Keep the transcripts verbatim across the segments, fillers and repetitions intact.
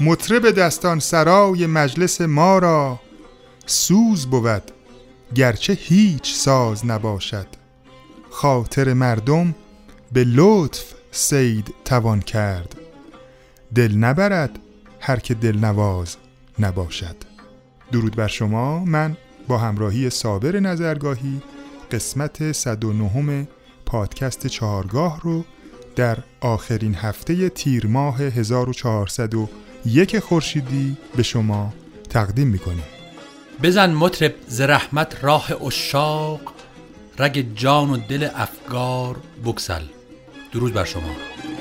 مطرب دستان سرای مجلس ما را، سوز بود گرچه هیچ ساز نباشد. خاطر مردم به لطف صید توان کرد، دل نبرد هر که دل نواز نباشد. درود بر شما. من با همراهی صابر نظرگاهی قسمت صد و نه پادکست چهارگاه رو در آخرین هفته تیر ماه هزار و چهارصد و یک خورشیدی به شما تقدیم میکنیم. بزن مطرب ز رحمت راه عشاق، رگ جان و دل افگار بگسل. درود بر شما.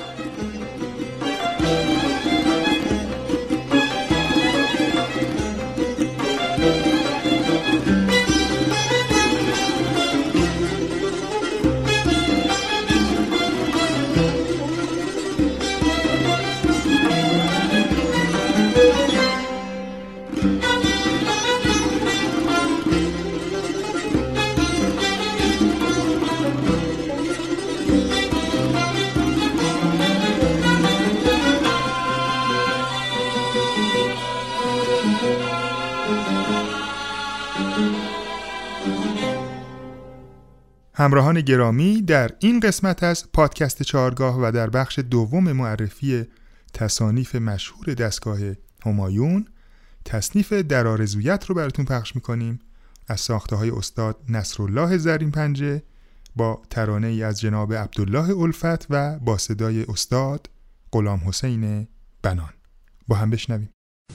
همراهان گرامی، در این قسمت از پادکست چهارگاه و در بخش دوم معرفی تصانیف مشهور دستگاه همایون، تصنیف در آرزویت رو براتون پخش میکنیم از ساخته های استاد نصرالله زرین پنجه با ترانه ای از جناب عبدالله الفت و با صدای استاد غلام حسین بنان. با هم بشنویم.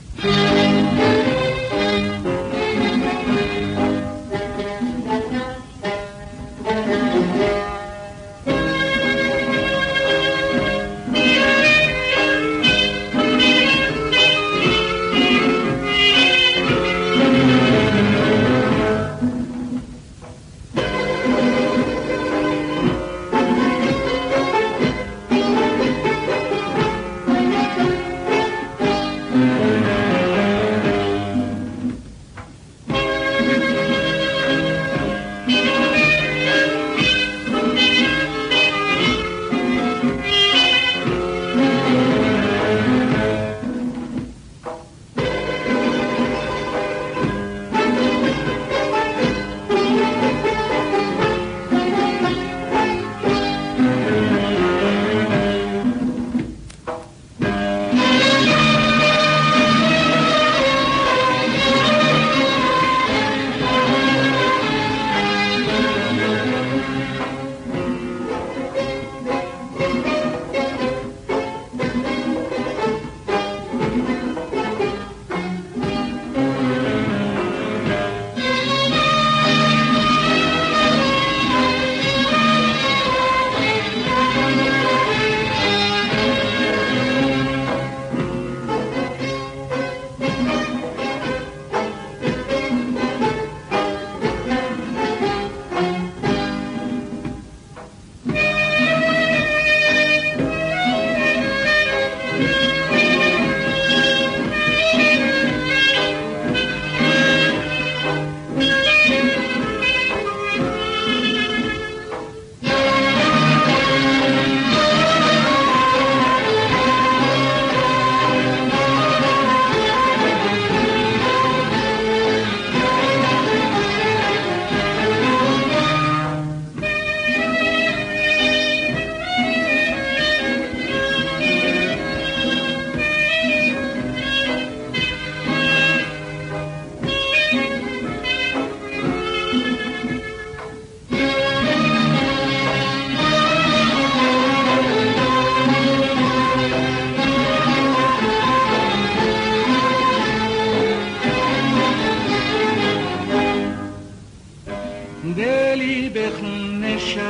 دلی به خون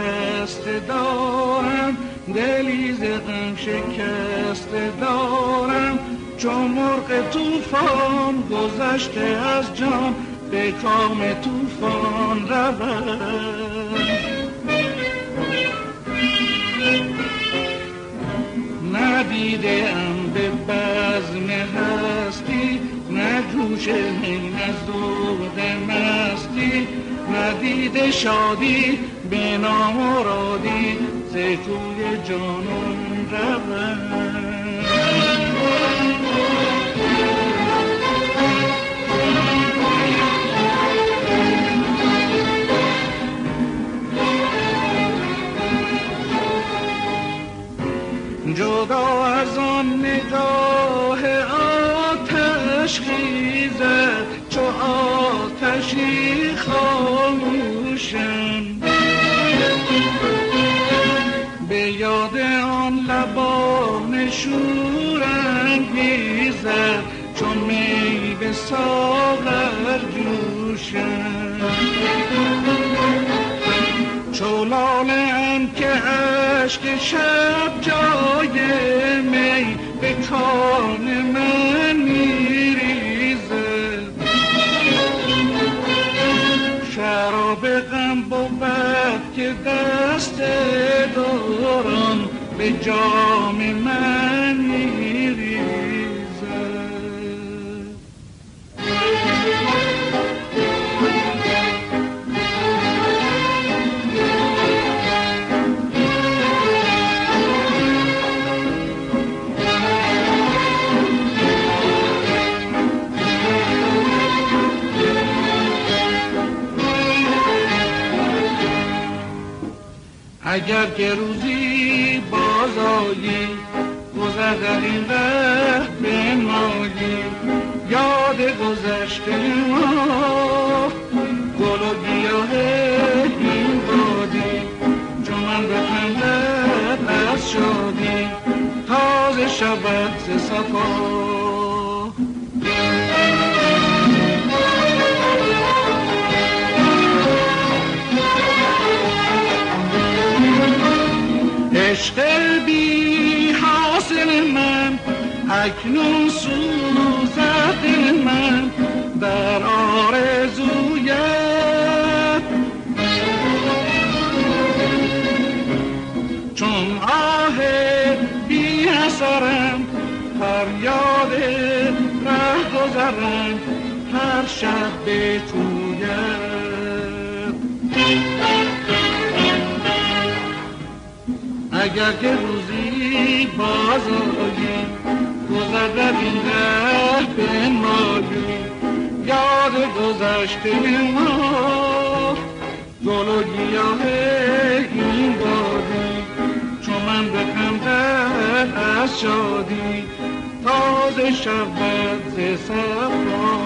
نشسته دارم، دلی ز غم شکسته دارم، چون مرغ طوفان گذشته از جان، به کام طوفان روم. ندیده ام به بزم هستی، نه جوش می نه ذوق مستی، ندیده شادی به نامرادی، ز کوی جانان روم. جدا از آن نگاه آتش خیزد چو آتشی خاموشم به یاد آن لبان شورانگیزد چون می به ساغر جوشم چو لاله ام که عشق شب جای می به کان من میریزد شراب غم بود که دست دوران به جام من میریزد اگر که روزی باز آیی گذر در این ره بنمایی یاد گذشته ما گل و گیاه این بادی چون من بخندد از شادی تازه شود ز صفا عشق بی حاصل من اکنون سوزد دل من در آرزویت چون آه بی اثرم فریاد ره گذرم هر شب به کویت اگر که روزی باز آیی گذر در این ره بنمایی یاد گذشته ما گل و گیاه این بادی چون من بخندد از شادی تازه شود ز صفا.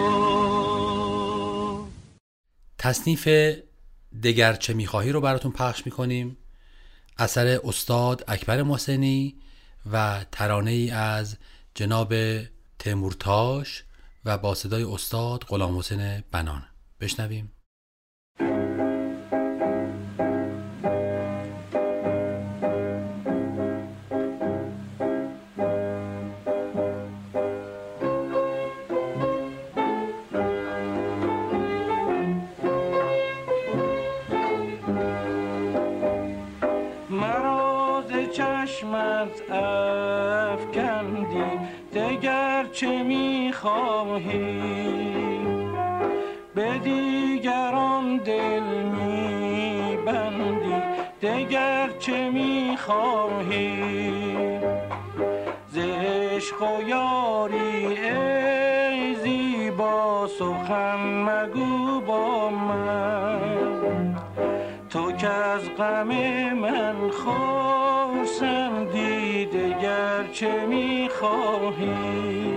تصنیف دگر چه میخواهی رو براتون پخش میکنیم، اثر استاد اکبر محسنی و ترانه ای از جناب تیمورتاش و با صدای استاد غلام حسین بنان. بشنویم. چشمت افکندی دگر چه میخواهی به دیگران دل میبندی دگر چه میخواهی ز عشق و یاری ای زیبا سخن مگو با من تو که از غم من خرسندی دگر چه میخواهی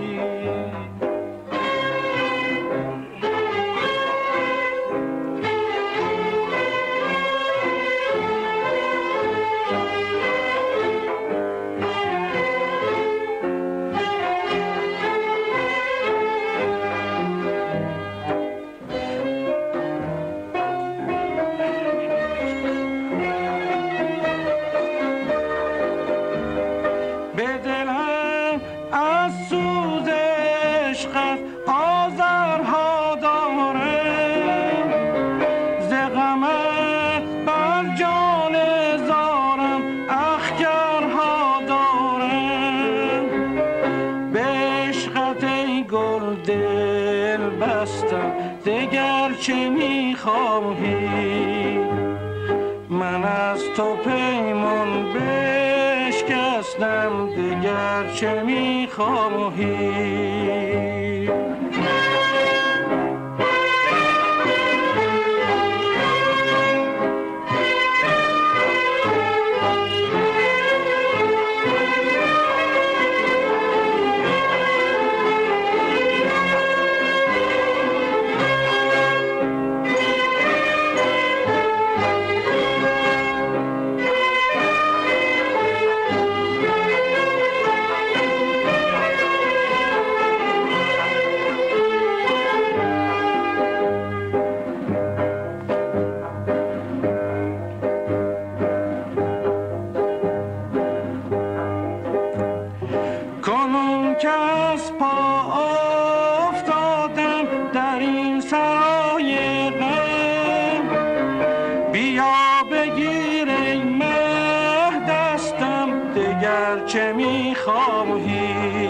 دگر چه میخواهی من از تو پیمان بشکستم دگر چه میخواهی که از پا افتادم در این سرای غم، بیا بگیر ای مه دستم دگر چه میخواهی.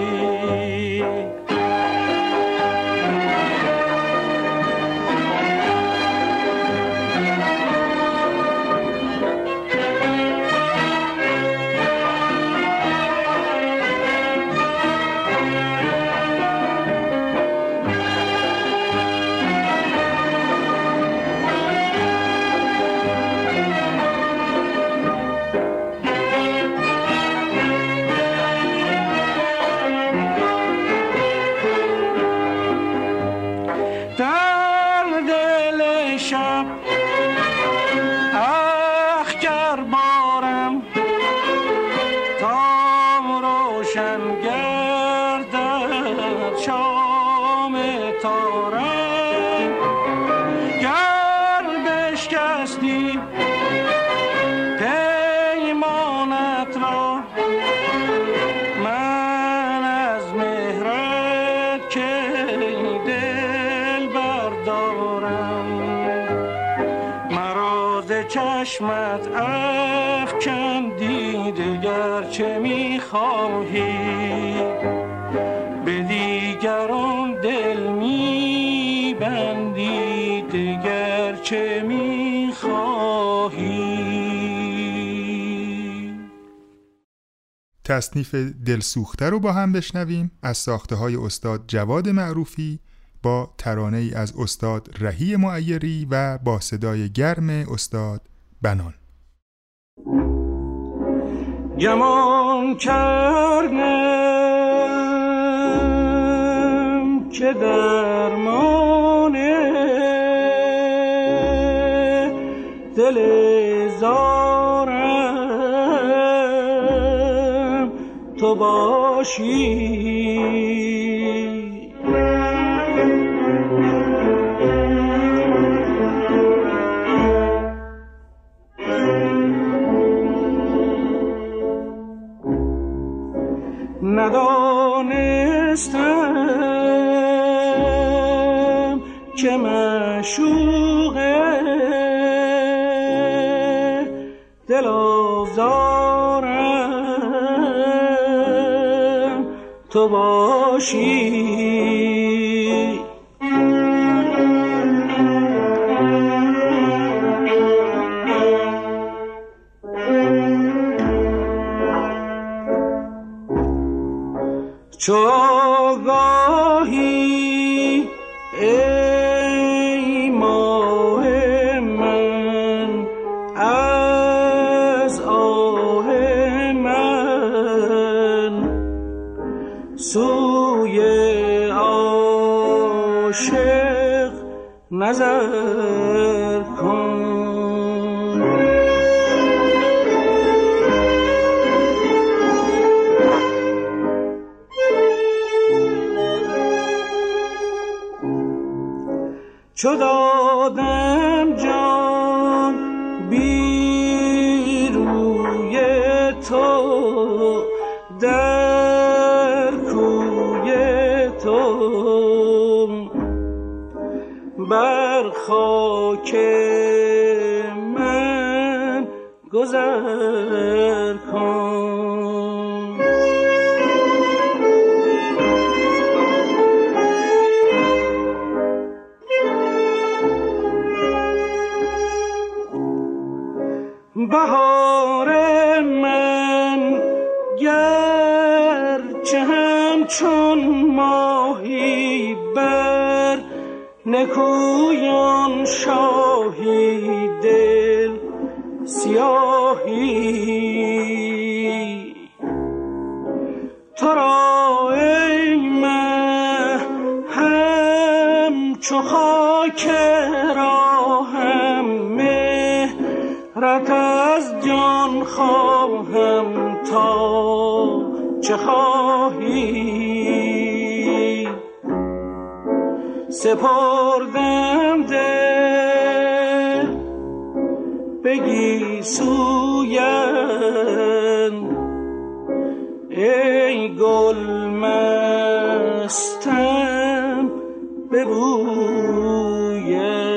چشمت افکندی دگر چه میخواهی، به دیگران دل میبندی دگر چه میخواهی. تصنیف دلسوخته رو با هم بشنویم از ساخته های استاد جواد معروفی با ترانه ای از استاد رهی معیری و با صدای گرم استاد بنان. گمان کردم که درمان دل زارم تو باشی، ندانستم که معشوق دل آزارم تو باشی. چو آگاهی ای ماه من از آه من، سوی عاشق نظر کن. چو دادم جان بی روی تو در کوی تو، بر خاک من گذر کن. بهار من گرچه همچون ماهی بر نکویان شاهی دل سیاهی، تو را ای مه همچو خاک راهم مهرت از جان خواهم تا چه خواهی. سپردم دل بگی سویم ای گل من مستم ببویم.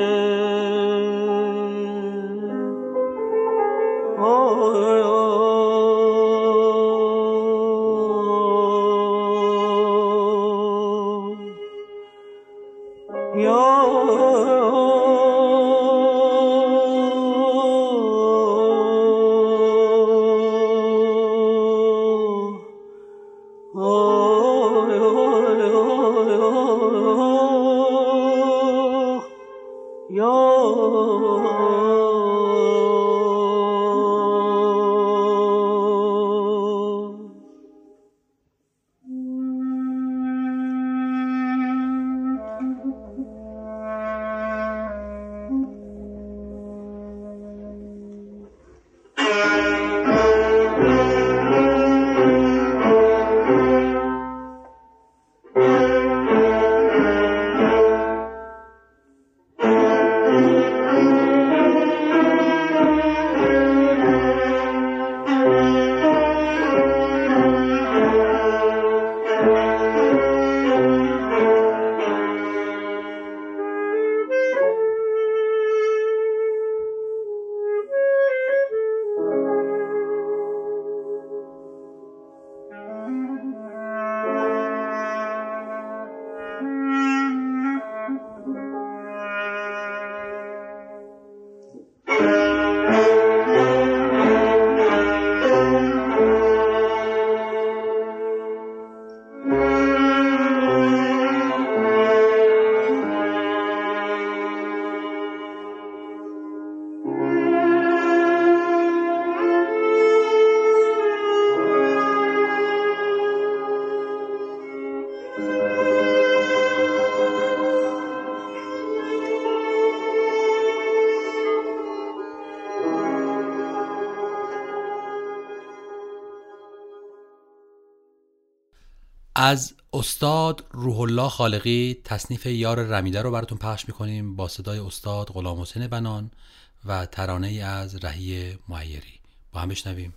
از استاد روح الله خالقی تصنیف یار رمیده رو براتون پخش میکنیم با صدای استاد غلام حسین بنان و ترانه ای از رهی معیری. با هم بشنویم.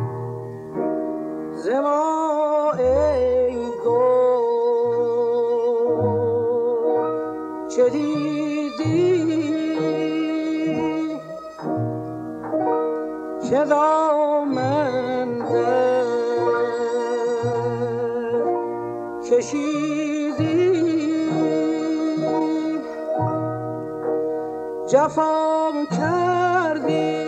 زما ای گل چه دیدی چه دامن کشیدی جفا کردی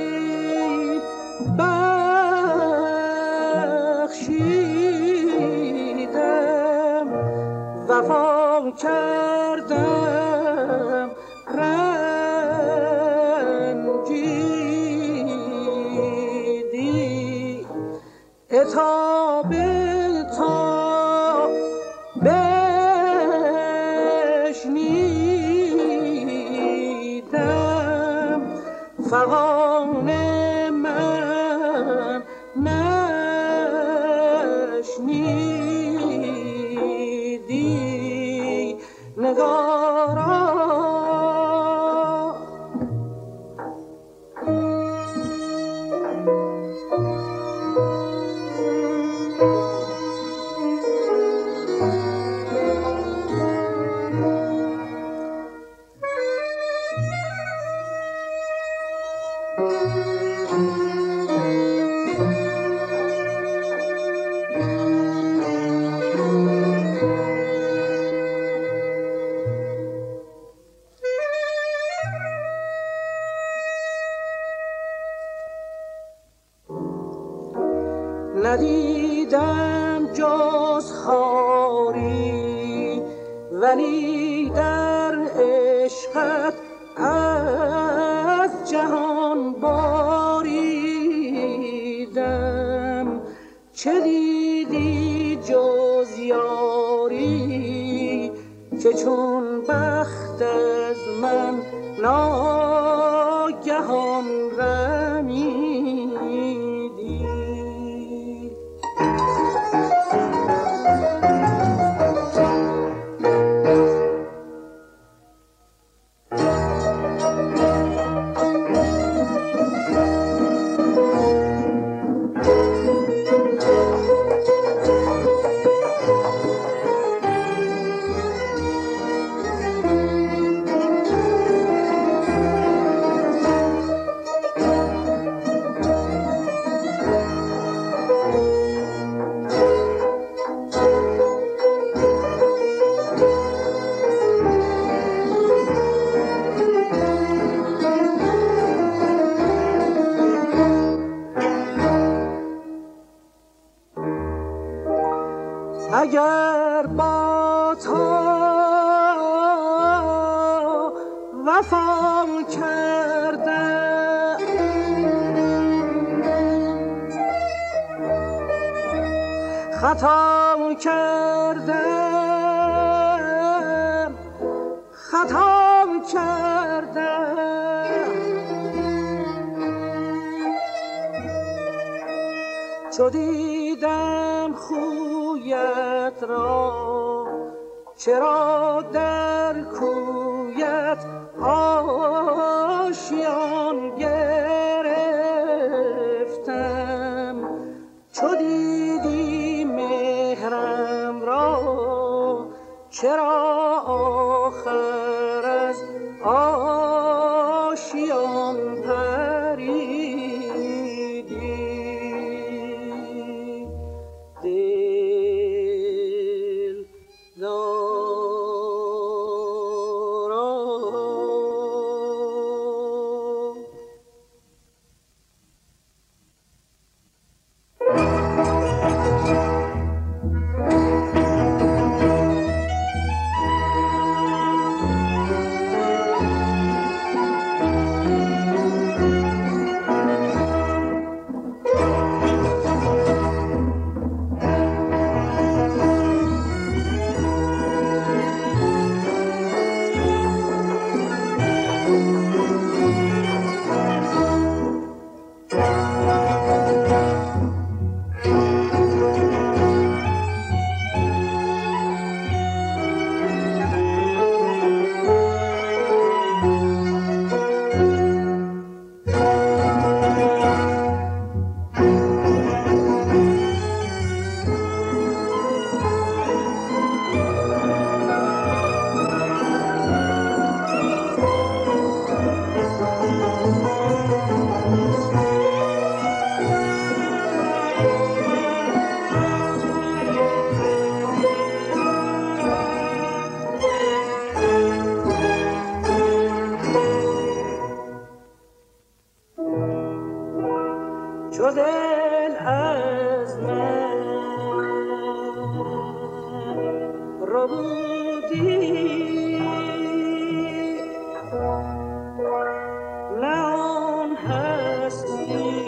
بخشیدم وفا کردم رنجیدی عتاب تا بشنیدم فغان من نشنیدی نگارا ندیدم جز خاری ولی در عشقت از جهان باریدم چه دیدی جز یاری که چون بخت از من ناگهان رمیدی. اگر با تو وفا کردم خطا کردم خطا کردم چو دیدم خویت را چرا در کویت آشیان گرفتم چو دیدی مهرم را چرا آخر از آشیان پریدی دل چو دل از من ربودی نه آن هستی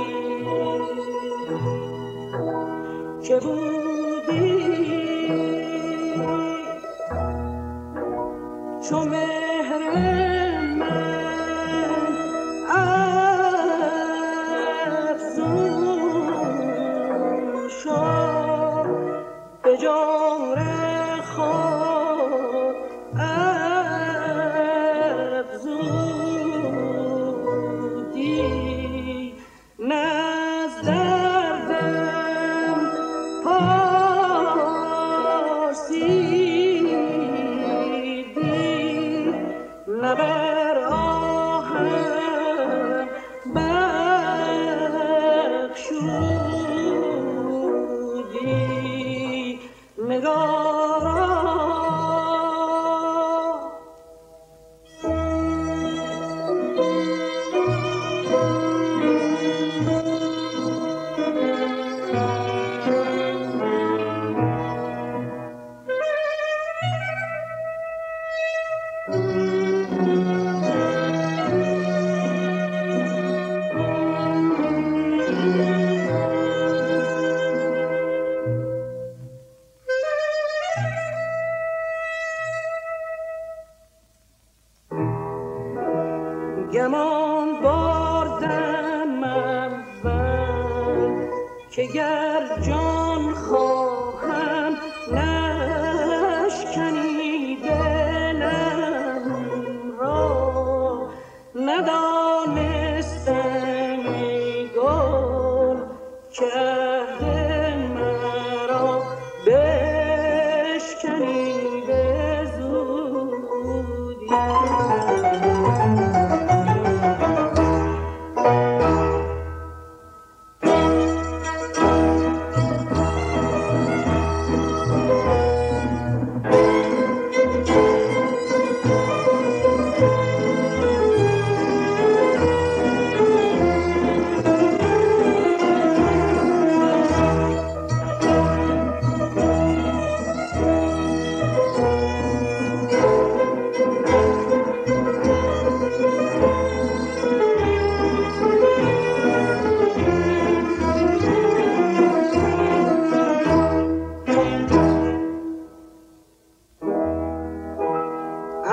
که بودی چو مهر من افزون شد به جور خود افزودی نه از دردم پرسیدی نه بر آهم بخشودی نگارا گمان بردم اول که گر جان خواهم نشکنی دلم را ندانستم ای گل که عهد مرا بشکنی به زودی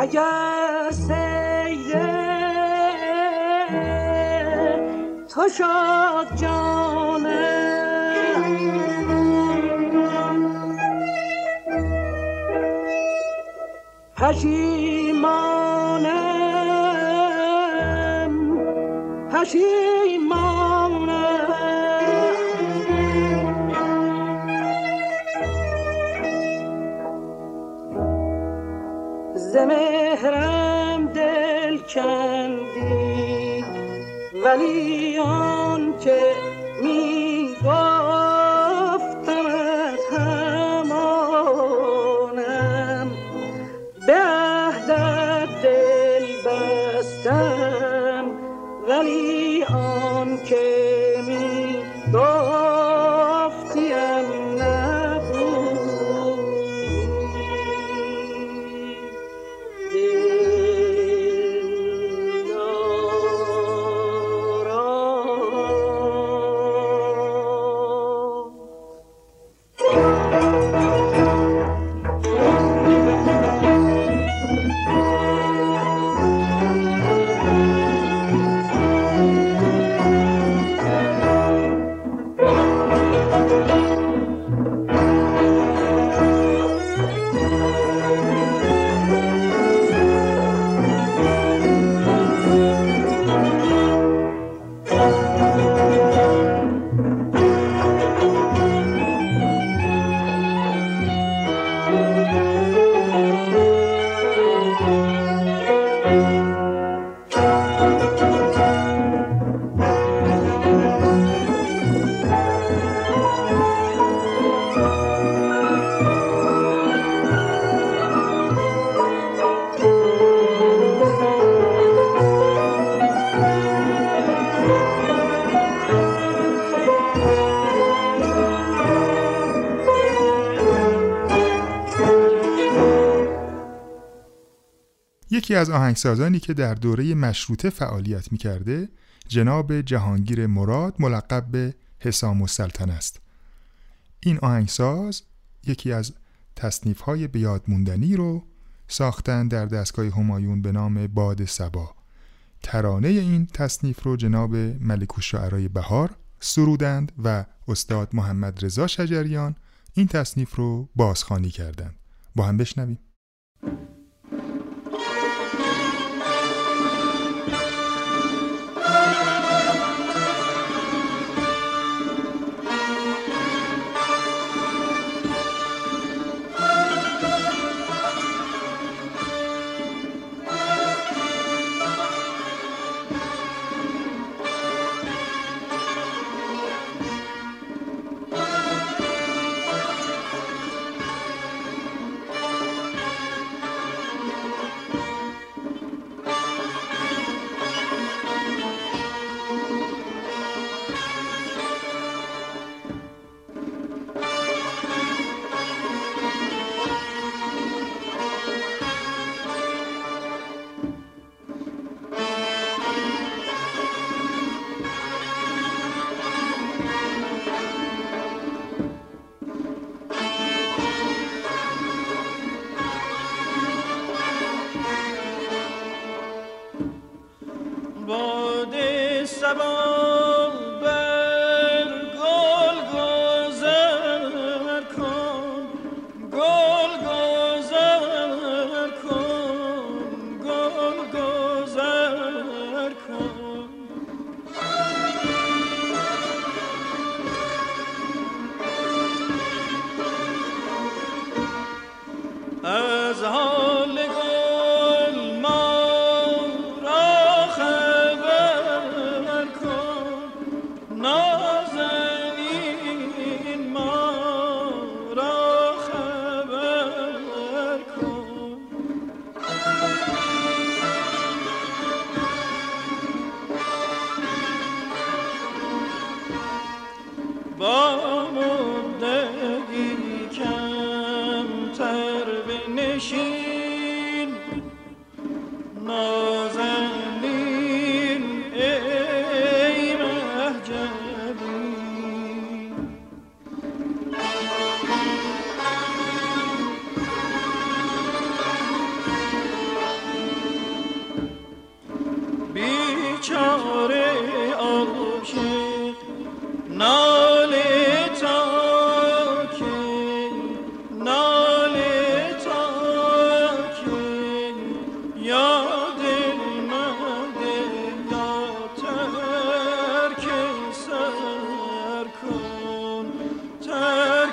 اگر سیر تو شد جانم، پشیمانم پشیمانم ز مهرم دل کندی، ولی آن که می گفتمت همانم، به عهدت دل بستم، ولی آن که می گفتیم نبود. یکی از آهنگسازانی که در دوره مشروطه فعالیت می‌کرده جناب جهانگیر مراد ملقب به حسام السلطنه است. این آهنگساز یکی از تصنیف‌های به یاد موندنی رو ساختن در دستگاه همایون به نام باد صبا. ترانه این تصنیف رو جناب ملک الشعرای بهار سرودند و استاد محمد رضا شجریان این تصنیف رو بازخوانی کردند. با هم بشنویم.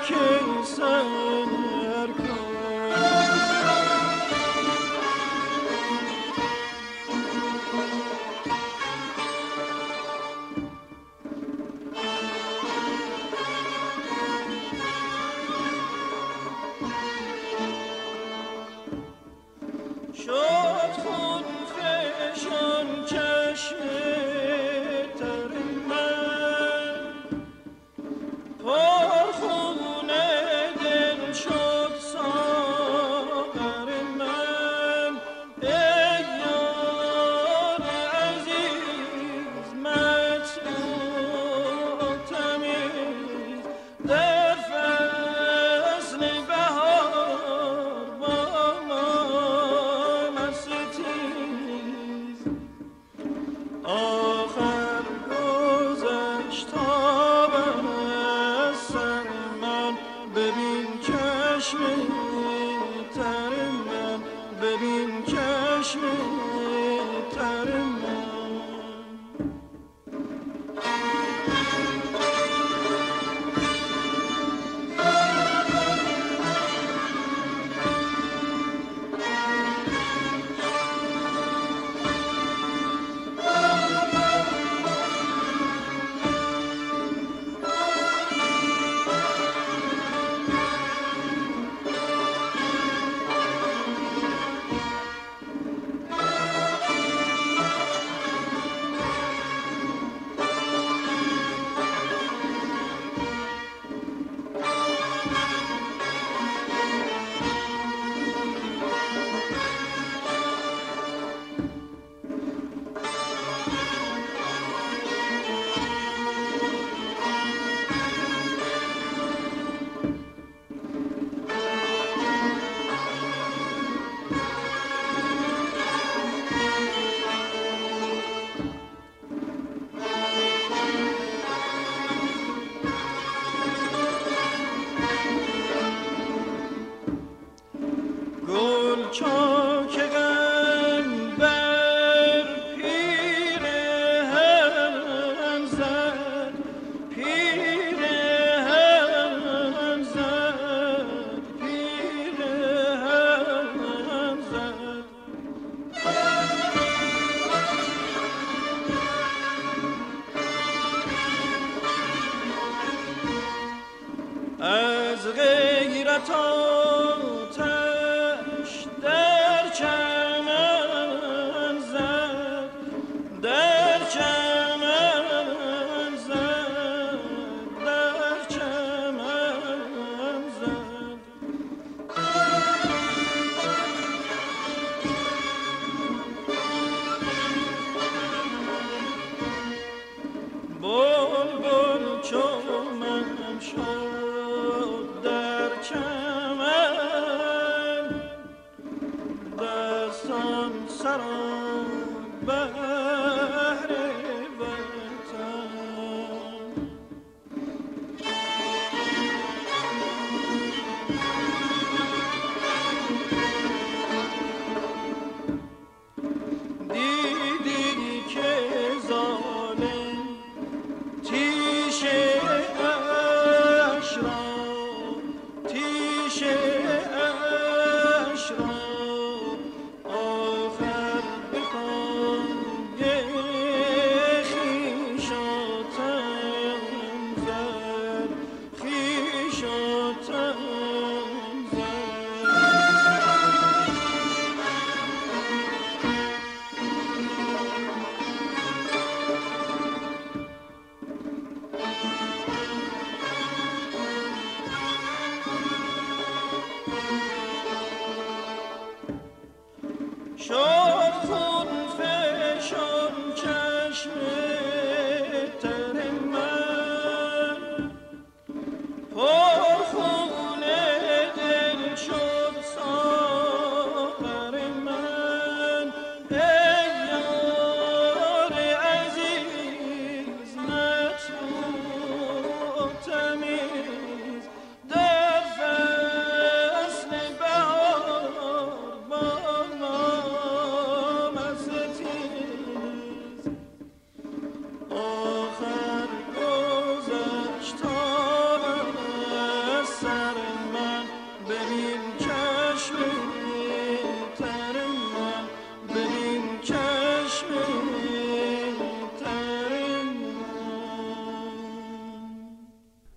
آخر بخوان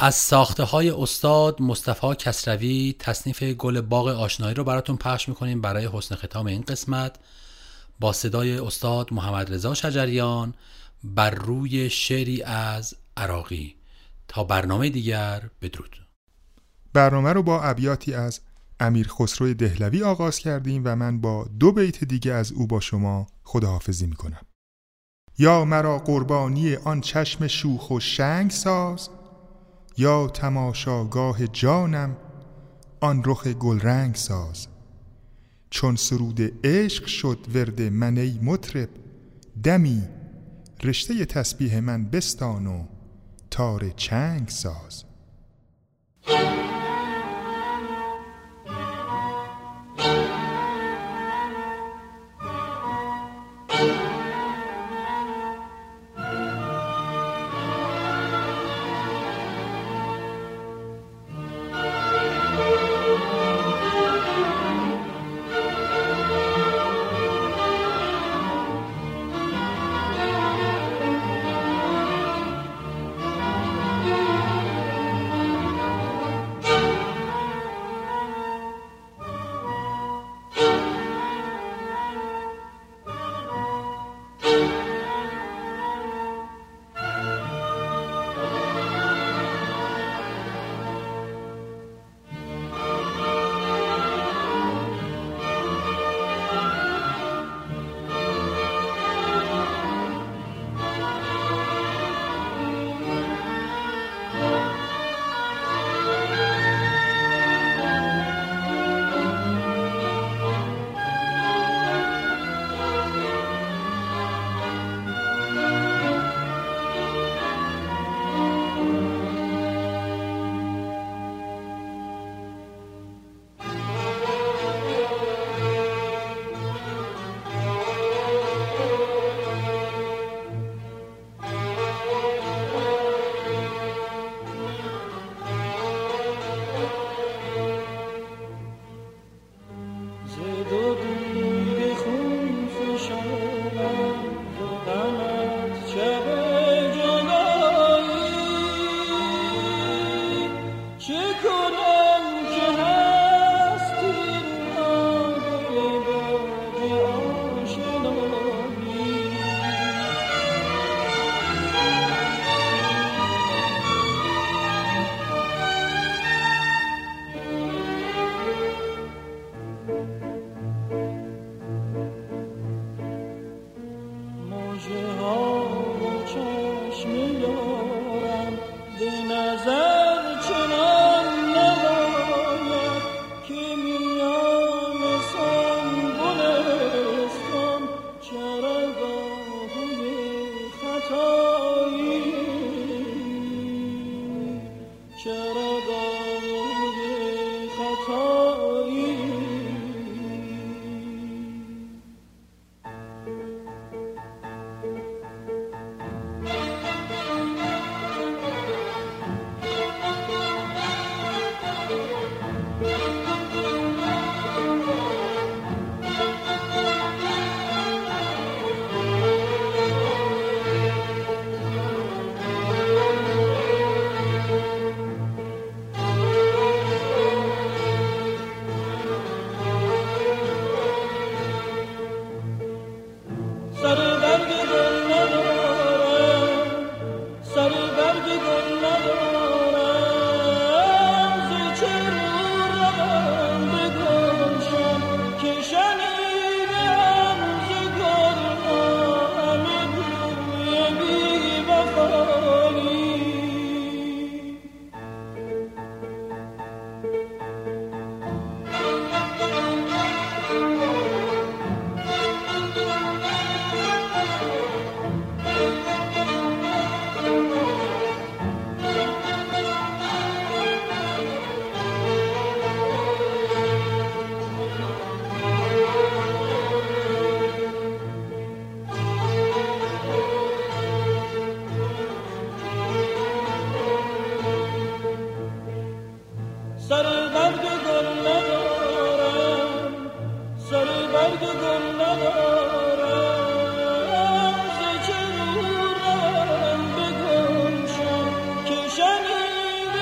از ساخته های استاد مصطفی کسروی تصنیف گل باغ آشنایی رو براتون پخش میکنیم برای حسن ختام این قسمت با صدای استاد محمد رضا شجریان بر روی شعری از عراقی. تا برنامه دیگر بدرود. برنامه رو با ابیاتی از امیر خسرو دهلوی آغاز کردیم و من با دو بیت دیگه از او با شما خداحافظی میکنم. یا مرا قربانی آن چشم شوخ و شنگ ساز، یا تماشاگاه جانم آن رخ گلرنگ ساز. چون سرود عشق شد ورد من ای مطرب، دمی رشته تسبیح من بستان و تار چنگ ساز. شنیده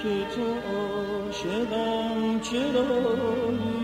که تو عاشقم چرایی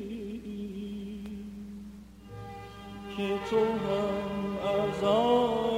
که تو هم از آن